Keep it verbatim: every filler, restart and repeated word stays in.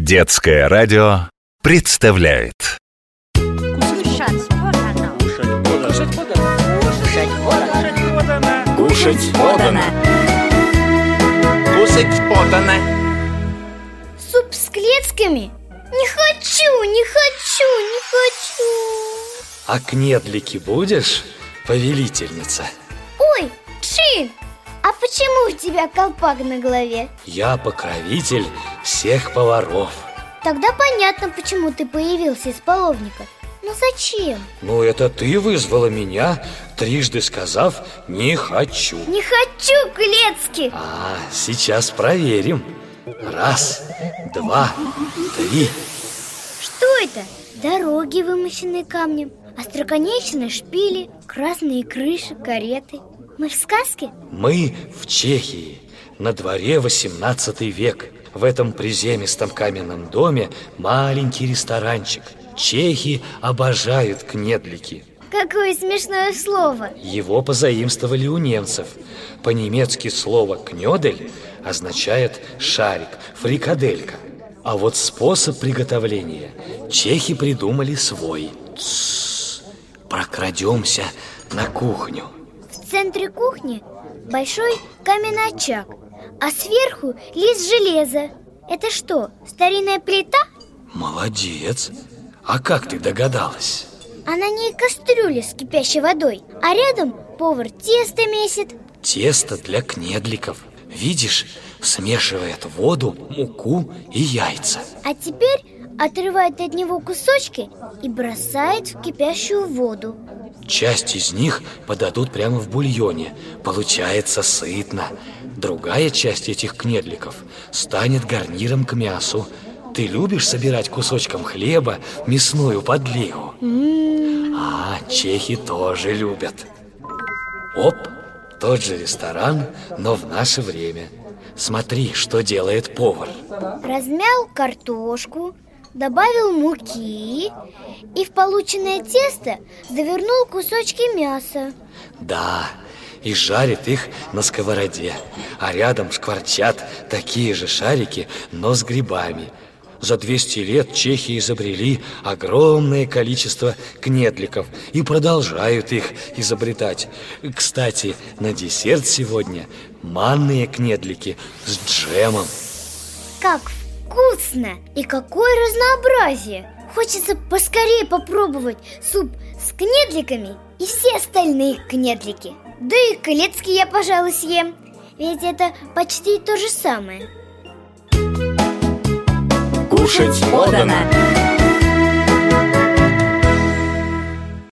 Детское радио представляет. Кушать подано. Кушать подано. Кушать подано. Кушать подано. Кушать подано. Суп с клетками? Не хочу, не хочу, не хочу. А кнедлики будешь, повелительница? Ой, Джин, а почему у тебя колпак на голове? Я покровитель всех поваров. Тогда понятно, почему ты появился из половника. Но зачем? Ну, это ты вызвала меня, трижды сказав «не хочу». Не хочу клетки. А, сейчас проверим. Раз, два, три. Что это? Дороги, вымощенные камнем, остроконечные шпили, красные крыши, кареты. Мы в сказке? Мы в Чехии. На дворе восемнадцатый век. В этом приземистом каменном доме маленький ресторанчик. Чехи обожают кнедлики. Какое смешное слово. Его позаимствовали у немцев. По-немецки слово «кнёдель» означает шарик, фрикаделька. А вот способ приготовления чехи придумали свой. Тссс, прокрадемся на кухню. В центре кухни большой каменный очаг, а сверху лист железа. Это что, старинная плита? Молодец! А как ты догадалась? А на ней кастрюля с кипящей водой, а рядом повар тесто месит. Тесто для кнедликов. Видишь, смешивает воду, муку и яйца. А теперь отрывает от него кусочки и бросает в кипящую воду. Часть из них подадут прямо в бульоне. Получается сытно. Другая часть этих кнедликов станет гарниром к мясу. Ты любишь собирать кусочком хлеба мясную подливу? М-м-м. А, чехи тоже любят. Оп, тот же ресторан, но в наше время. Смотри, что делает повар. Размял картошку, добавил муки и в полученное тесто завернул кусочки мяса. Да, и жарит их на сковороде. А рядом шкварчат такие же шарики, но с грибами. За двести лет чехи изобрели огромное количество кнедликов и продолжают их изобретать. Кстати, на десерт сегодня манные кнедлики с джемом. Как вкусно! И какое разнообразие! Хочется поскорее попробовать суп с кнедликами и все остальные кнедлики. Да и клетки я, пожалуй, съем, ведь это почти то же самое. Кушать подано.